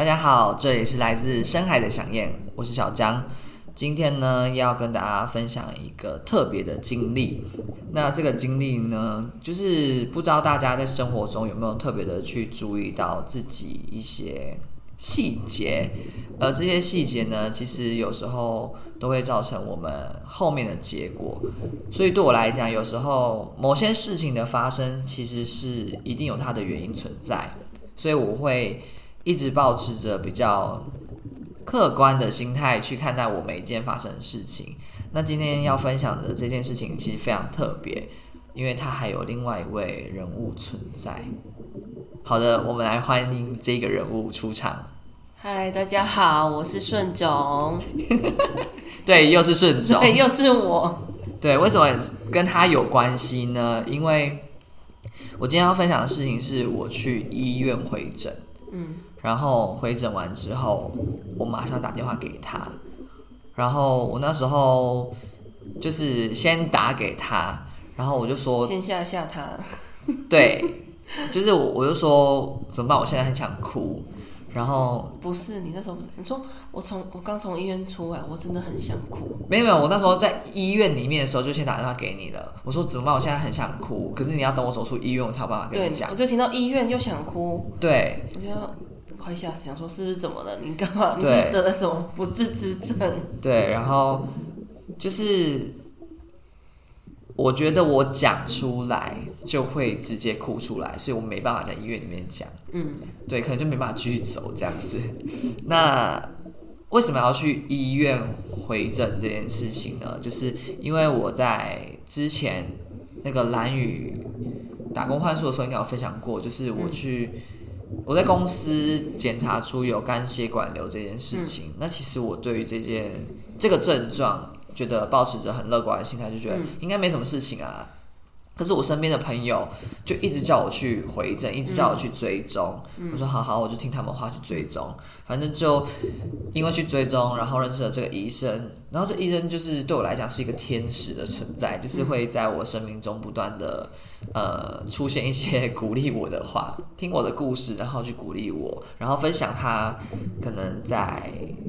家好，这里是来自深海的响燕，我是小张。今天呢，要跟大家分享一个特别的经历。那这个经历呢，就是不知道大家在生活中有没有特别的去注意到自己一些细节，而这些细节呢，其实有时候都会造成我们后面的结果。所以对我来讲，有时候某些事情的发生，其实是一定有它的原因存在。所以我会一直保持着比较客观的心态去看待我每一件发生的事情。那今天要分享的这件事情其实非常特别，因为它还有另外一位人物存在。好的，我们来欢迎这个人物出场。 嗨，大家好，我是顺总。 对，又是顺总， 对，又是我。 对，为什么跟他有关系呢？因为我今天要分享的事情是我去医院回诊，然后回诊完之后，我马上打电话给他，然后我那时候就是先打给他，然后我就说先吓他。 对，就是我就说怎么办？我现在很想哭。然后不是你那时候不是你说我刚从医院出来，我真的很想哭。 没有，我那时候在医院里面的时候就先打电话给你了。我说怎么办？我现在很想哭，可是你要等我走出医院，我才有办法跟你讲。 我就听到医院又想哭， 对， 我就快吓死，想说是不是怎么了？你干嘛？你是对得了什么不治之症？ 对，然后就是我觉得我讲出来就会直接哭出来，所以我没办法在医院里面讲。对，可能就没办法继续走这样子。那为什么要去医院回诊这件事情呢？就是因为我在之前那个兰屿打工换宿的时候，应该有分享过，就是我在公司检查出有肝血管瘤这件事情。那其实我对于这个症状，觉得抱持着很乐观的心态，就觉得应该没什么事情啊。可是我身边的朋友就一直叫我去回诊，一直叫我去追踪。我说好，我就听他们话去追踪。反正就因为去追踪，然后认识了这个医生，然后这医生就是对我来讲是一个天使的存在，就是会在我生命中不断的出现一些鼓励我的话，听我的故事，然后去鼓励我，然后分享他可能在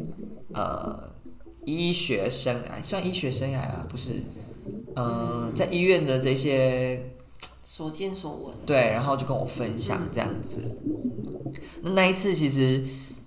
医学生涯，算医学生涯啊，不是。在医院的这些所见所闻， 对，然后就跟我分享这样子。那一次其实，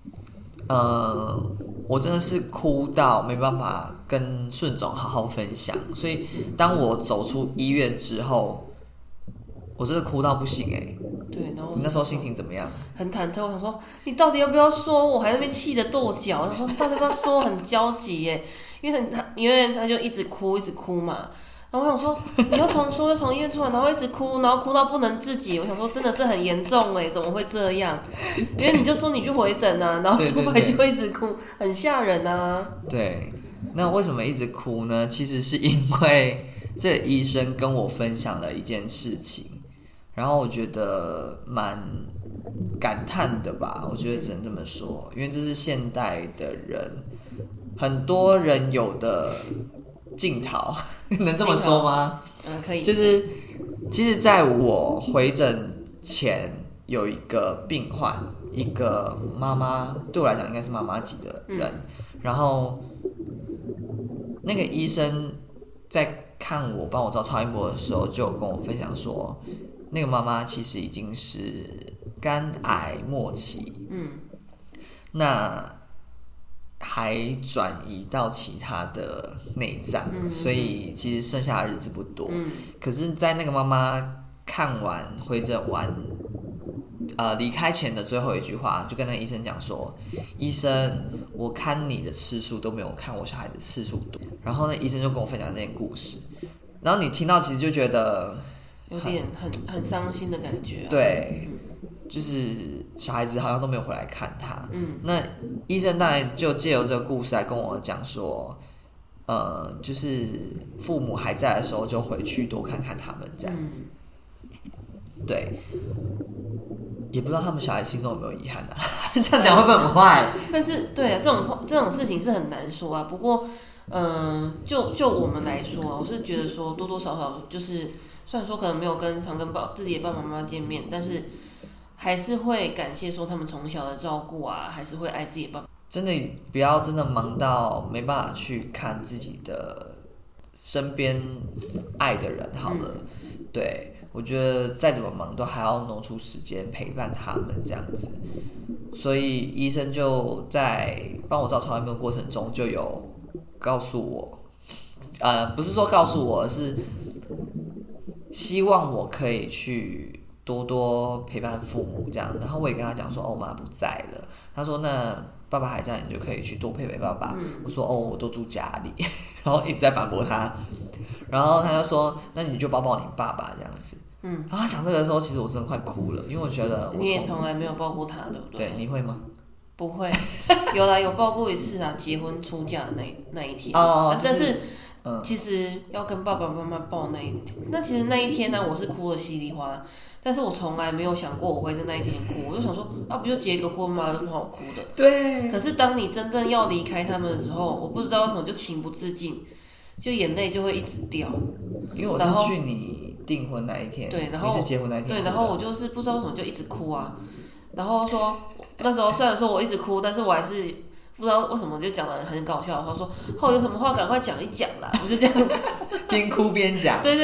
我真的是哭到没办法跟顺总好好分享。所以当我走出医院之后，我真的哭到不行对，然后你那时候心情怎么样？ 很忐忑，我想说你到底要不要说？我还在那边气得跺脚，我想说你到底要不要说？很焦急耶，因为他就一直哭嘛。然后我想说，你又从医院出来，然后一直哭，然后哭到不能自己。我想说，真的是很严重怎么会这样？因为你就说你去回诊啊，然后出来就一直哭，很吓人啊。 对，那为什么一直哭呢？其实是因为这个医生跟我分享了一件事情，然后我觉得蛮感叹的吧。我觉得只能这么说，因为这是现代的人，很多人有的镜头，能这么说吗？ 可以。 就是其实在我回诊前，有一个病患，一个妈妈，对我来讲应该是妈妈级的人，然后那个医生在看我帮我照超音波的时候，就有跟我分享说，那个妈妈其实已经是肝癌末期，那还转移到其他的内脏，所以其实剩下的日子不多。可是，在那个妈妈看完回诊完，离开前的最后一句话，就跟那个医生讲说：“医生，我看你的次数都没有看我小孩的次数多。”然后那医生就跟我分享这件故事，然后你听到其实就觉得有点很伤心的感觉。 对。就是小孩子好像都没有回来看他。那医生当然就借由这个故事来跟我讲说，就是父母还在的时候就回去多看看他们这样子。对，也不知道他们小孩心中有没有遗憾啊？这样讲会不会很坏？ 但是对啊，这种事情是很难说啊。不过，就我们来说啊，我是觉得说多多少少就是，虽然说可能没有常跟自己的爸爸妈妈见面，但是还是会感谢说他们从小的照顾啊，还是会爱自己的爸爸。 真的不要真的忙到没办法去看自己的身边爱的人好了。对，我觉得再怎么忙都还要挪出时间陪伴他们这样子。所以医生就在帮我照超音波的过程中就有告诉我，不是说告诉我，而是希望我可以去多多陪伴父母这样。然后我也跟他讲说，我妈不在了。他说那爸爸还在，你就可以去多陪陪爸爸。我说我都住家里，然后一直在反驳他。然后他就说，那你就抱抱你爸爸这样子。然后他讲这个的时候，其实我真的快哭了，因为我觉得你也从来没有抱过他，对不对？ 对，你会吗？ 不会，有抱过一次啊，结婚出嫁的那一天。但是其实要跟爸爸妈妈抱那一天，那其实那一天呢，我是哭得稀里哗啦。但是我从来没有想过我会在那一天哭，我就想说不就结个婚吗？有什么好哭的？ 对。 可是当你真正要离开他们的时候，我不知道为什么就情不自禁，就眼泪就会一直掉。 因为我是去你订婚那一天， 对，然后你是结婚那一天， 对，然后我就是不知道为什么就一直哭啊。然后说那时候虽然说我一直哭，但是我还是不知道为什么就讲了很搞笑的话，说有什么话赶快讲一讲啦，我就这样子边哭边讲。 对。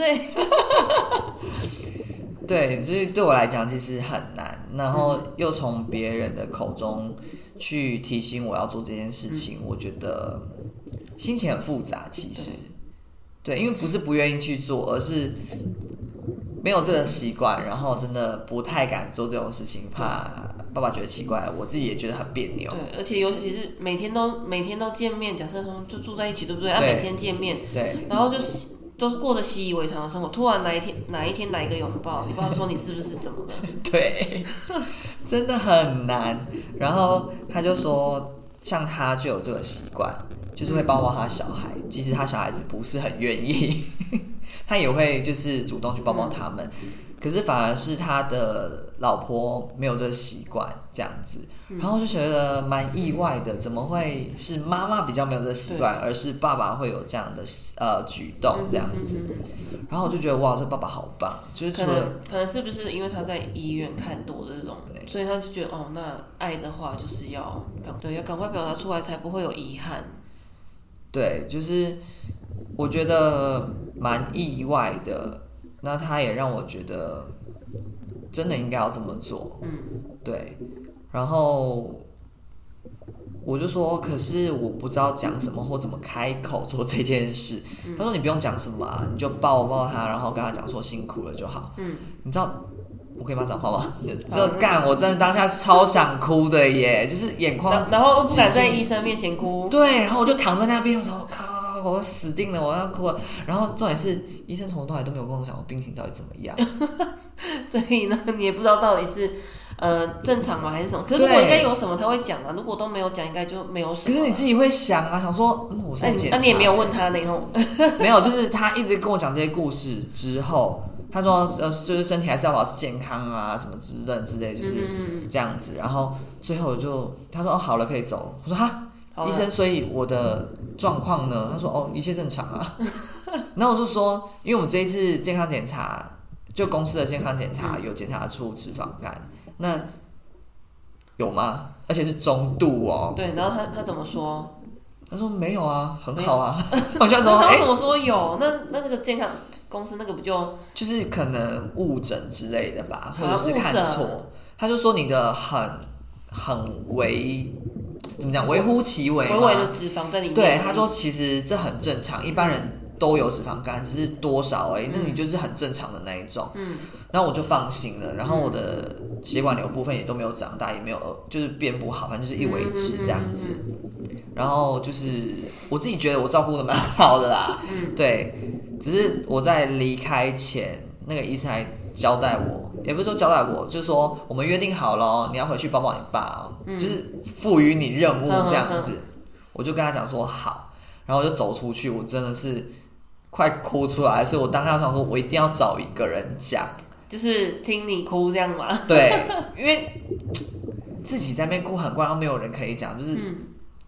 对，所以对我来讲其实很难，然后又从别人的口中去提醒我要做这件事情，我觉得心情很复杂。其实，对，因为不是不愿意去做，而是没有这个习惯，然后真的不太敢做这种事情，怕爸爸觉得奇怪，我自己也觉得很别扭。 对，而且尤其是每天都见面，假设说就住在一起，对不对？每天见面， 对， 然后都是过着习以为常的生活，突然哪一天来一个拥抱，你爸爸说你是不是怎么了？ 对，真的很难。然后他就说，像他就有这个习惯，就是会抱抱他小孩，即使他小孩子不是很愿意，他也会就是主动去抱抱他们。可是反而是他的老婆没有这个习惯这样子，然后就觉得蛮意外的，怎么会是妈妈比较没有这个习惯，而是爸爸会有这样的举动这样子。然后我就觉得哇，这爸爸好棒，就是除了可能是不是因为他在医院看多的这种，所以他就觉得那爱的话就是要赶快表达出来，才不会有遗憾。 对，就是我觉得蛮意外的。那他也让我觉得真的应该要这么做，对。然后我就说，可是我不知道讲什么或怎么开口做这件事。他说你不用讲什么你就抱抱他，然后跟他讲说辛苦了就好。你知道我可以骂脏话吗？就干，我真的当下超想哭的耶，就是眼眶， 然后不敢在医生面前哭。 对，然后我就躺在那边，我说我死定了，我要哭了。然后重点是，医生从头到尾都没有跟我讲我病情到底怎么样， 所以呢，你也不知道到底是正常吗还是什么？可是如果应该有什么他会讲啊，如果都没有讲，应该就没有什么。 可是你自己会想想说，我在检查。 你也没有问他那后没有，就是他一直跟我讲这些故事之后，他说就是身体还是要保持健康啊，什么之类，就是这样子。然后最后他说好了可以走，我说哈。医生，所以我的状况呢？他说一切正常啊。然后我就说，因为我们这一次健康检查，就公司的健康检查有检查出脂肪肝，那有吗？而且是中度哦。 对，然后他怎么说？ 他说没有啊，很好啊。我就说， 他为什么说有？那个健康公司那个不就是可能误诊之类的吧，或者是看错。他就说你的很怎么讲？微乎其微嘛， 微微的脂肪在里面。 对，他说其实这很正常，一般人都有脂肪肝，只是多少而已。那你就是很正常的那一种。然后我就放心了。然后我的血管瘤部分也都没有长大，也没有就是变不好，反正就是一维持这样子。然后就是我自己觉得我照顾的蛮好的啦。对，只是我在离开前，那个医生还交代我，也不是说交代我，就是说我们约定好了，你要回去抱抱你爸就是赋予你任务这样子。我就跟他讲说好，然后我就走出去，我真的是快哭出来，所以我当下想说，我一定要找一个人讲， 就是听你哭这样吗？ 对，因为自己在那边哭很怪，然后没有人可以讲，就是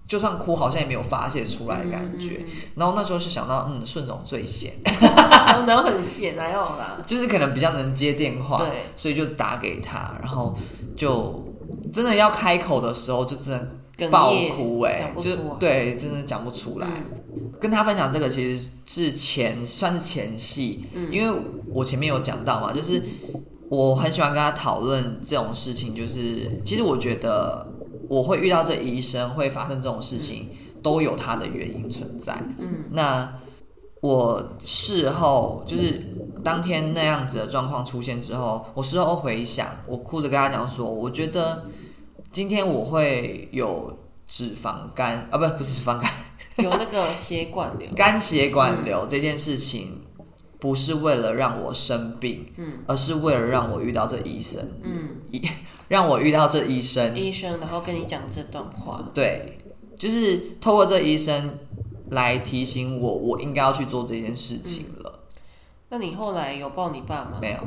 就算哭好像也没有发泄出来的感觉。然后那时候就想到，顺总最闲， 然后很闲还好啦， 就是可能比较能接电话， 对， 所以就打给他，然后就真的要开口的时候，就真的爆哭就对，真的讲不出来。跟他分享这个其实是算是前戏，因为我前面有讲到嘛，就是我很喜欢跟他讨论这种事情，就是其实我觉得我会遇到这医生会发生这种事情，都有他的原因存在。那我事后就是当天那样子的状况出现之后，我事后回想，我哭着跟他讲说，我觉得今天我会有脂肪肝啊，不是脂肪肝， 有那个血管瘤， 肝血管瘤这件事情，不是为了让我生病，而是为了让我遇到这医生，让我遇到这医生， 然后跟你讲这段话， 对，就是透过这医生来提醒我，我应该要去做这件事情了。 那你后来有抱你爸吗？ 没有。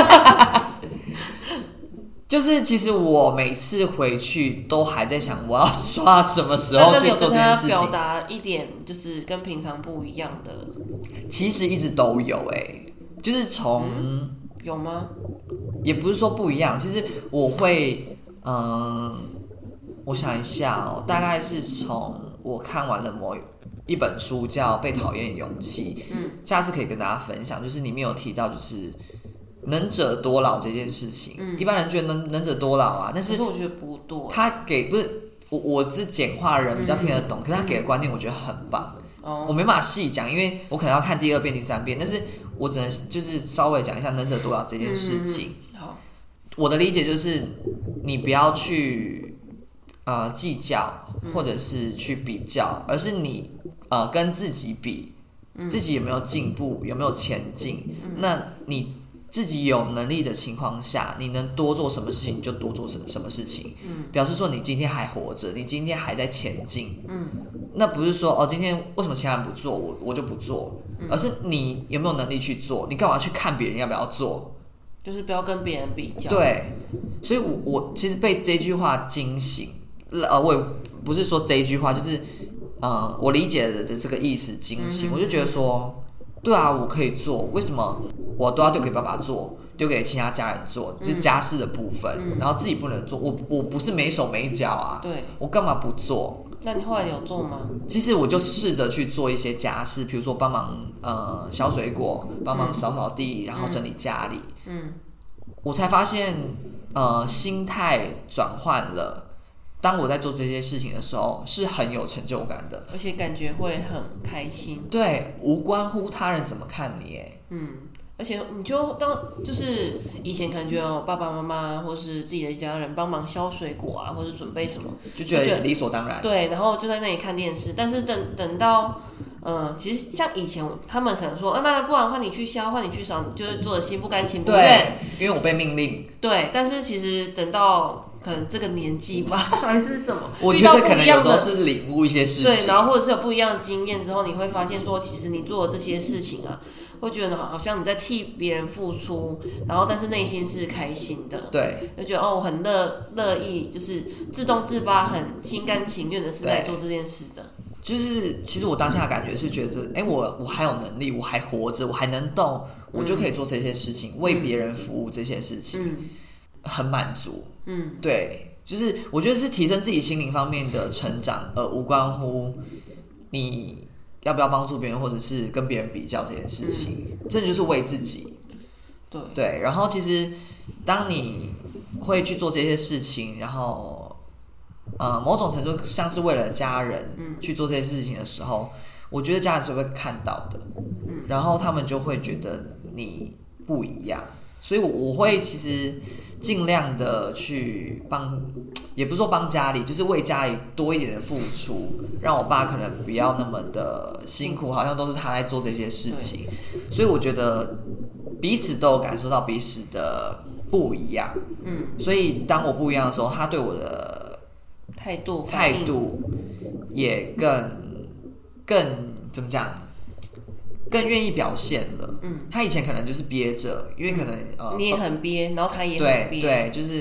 就是其实我每次回去都还在想，我要刷什么时候去做这件事情。 那你有跟他表达一点就是跟平常不一样的？ 其实一直都有就是从有吗？ 也不是说不一样，其实我会我想一下大概是从我看完了某一本书叫《被讨厌的勇气》，下次可以跟大家分享，就是里面有提到就是能者多劳这件事情，一般人觉得能者多劳啊，但是我觉得不对。 他给不是我是简化人比较听得懂，可是他给的观念我觉得很棒。我没办法细讲，因为我可能要看第2遍、第3遍，但是我只能就是稍微讲一下能者多劳这件事情。 好， 我的理解就是，你不要去计较，或者是去比较，而是你跟自己比，自己有没有进步，有没有前进。那你自己有能力的情况下，你能多做什么事情就多做什么事情。表示说你今天还活着，你今天还在前进。那不是说今天为什么其他人不做，我就不做，而是你有没有能力去做，你干嘛去看别人要不要做？ 就是不要跟别人比较。 对，所以我其实被这句话惊醒，我也不是说这一句话，就是我理解的这个意思惊醒，我就觉得说，对啊，我可以做，为什么我都要丢给爸爸做，丢给其他家人做，就是家事的部分，然后自己不能做，我不是没手没脚啊， 对， 我干嘛不做？ 那你后来有做吗？ 其实我就试着去做一些家事，比如说帮忙削水果，帮忙扫扫地，然后整理家里。我才发现心态转换了。当我在做这些事情的时候，是很有成就感的， 而且感觉会很开心。 对，无关乎他人怎么看你而且你就是以前可能觉得爸爸妈妈或是自己的家人帮忙削水果啊，或是准备什么， 就觉得理所当然。 对，然后就在那里看电视。但是等到其实像以前他们可能说那不然换你去削，换你去扫，就是做的心不甘情不愿。 对，因为我被命令。 对，但是其实等到可能这个年纪吧，还是什么， 我觉得可能有时候是领悟一些事情， 对，然后或者是有不一样的经验之后，你会发现说，其实你做的这些事情啊，会觉得好像你在替别人付出，然后但是内心是开心的， 对， 就觉得我很乐意，就是自动自发、很心甘情愿的是在做这件事的。 就是其实我当下的感觉是觉得，我还有能力，我还活着，我还能动，我就可以做这些事情，为别人服务这些事情，很满足。对，就是我觉得是提升自己心灵方面的成长，而无关乎你要不要帮助别人，或者是跟别人比较这件事情，真的就是为自己。对，然后其实当你会去做这些事情，然后某种程度像是为了家人去做这些事情的时候，我觉得家人是会看到的，然后他们就会觉得你不一样，所以我会其实尽量的去帮，也不是说帮家里，就是为家里多一点的付出，让我爸可能不要那么的辛苦，好像都是他在做这些事情，所以我觉得彼此都有感受到彼此的不一样，所以当我不一样的时候，他对我的态度也更怎么讲？更愿意表现了。他以前可能就是憋着，因为可能你也很憋，然后他也很憋。 对，就是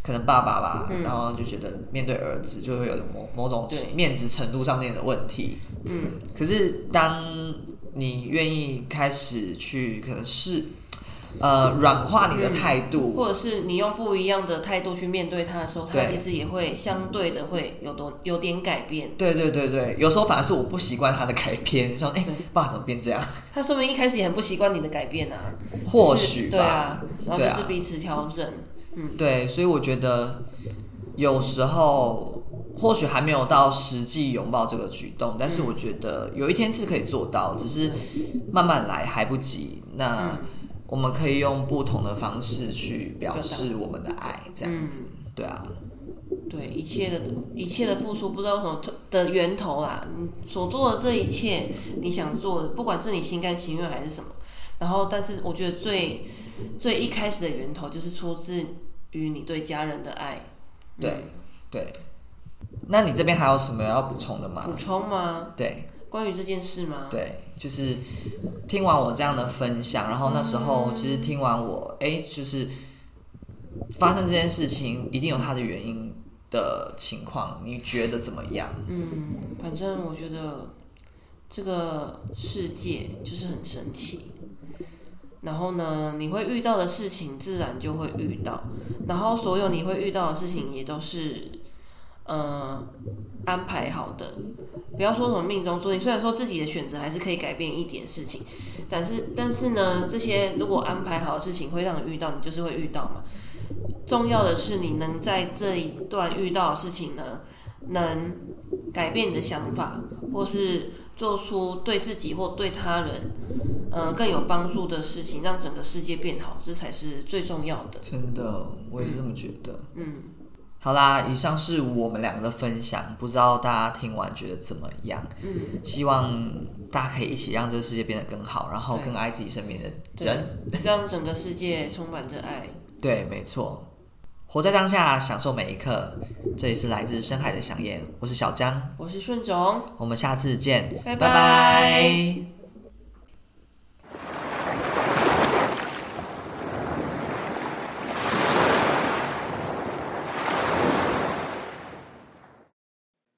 可能爸爸吧，然后就觉得面对儿子就会有某种面子程度上面的问题。可是当你愿意开始去可能是软化你的态度， 或者是你用不一样的态度去面对他的时候，他其实也会相对的会有点改变。 对，有时候反而是我不习惯他的改变，说爸怎么变这样？ 他说明一开始也很不习惯你的改变啊， 或许吧， 对啊，然后就是彼此调整。 对，所以我觉得有时候或许还没有到实际拥抱这个举动，但是我觉得有一天是可以做到，只是慢慢来还不急。那我们可以用不同的方式去表示我们的爱，这样子，对啊。 对一切的付出，不知道什么的源头啦，你所做的这一切，你想做的，不管是你心甘情愿还是什么，然后，但是我觉得最一开始的源头就是出自于你对家人的爱。 对。那你这边还有什么要补充的吗？ 补充吗？ 对。 关于这件事吗？ 对，就是听完我这样的分享，然后那时候其实听完我，就是发生这件事情一定有它的原因的情况，你觉得怎么样？ 反正我觉得这个世界就是很神奇。然后呢，你会遇到的事情自然就会遇到，然后所有你会遇到的事情也都是安排好的。不要说什么命中注定，虽然说自己的选择还是可以改变一点事情，但是呢，这些如果安排好的事情会让你遇到，你就是会遇到嘛。重要的是你能在这一段遇到的事情呢，能改变你的想法，或是做出对自己或对他人更有帮助的事情，让整个世界变好，这才是最重要的。 真的，我也是这么觉得。好啦，以上是我们两个的分享，不知道大家听完觉得怎么样？希望大家可以一起让这个世界变得更好，然后更爱自己身边的人， 让整个世界充满着爱。 对，没错。活在当下，享受每一刻。这里是来自深海的想念，我是小江， 我是顺总， 我们下次见， 拜拜拜。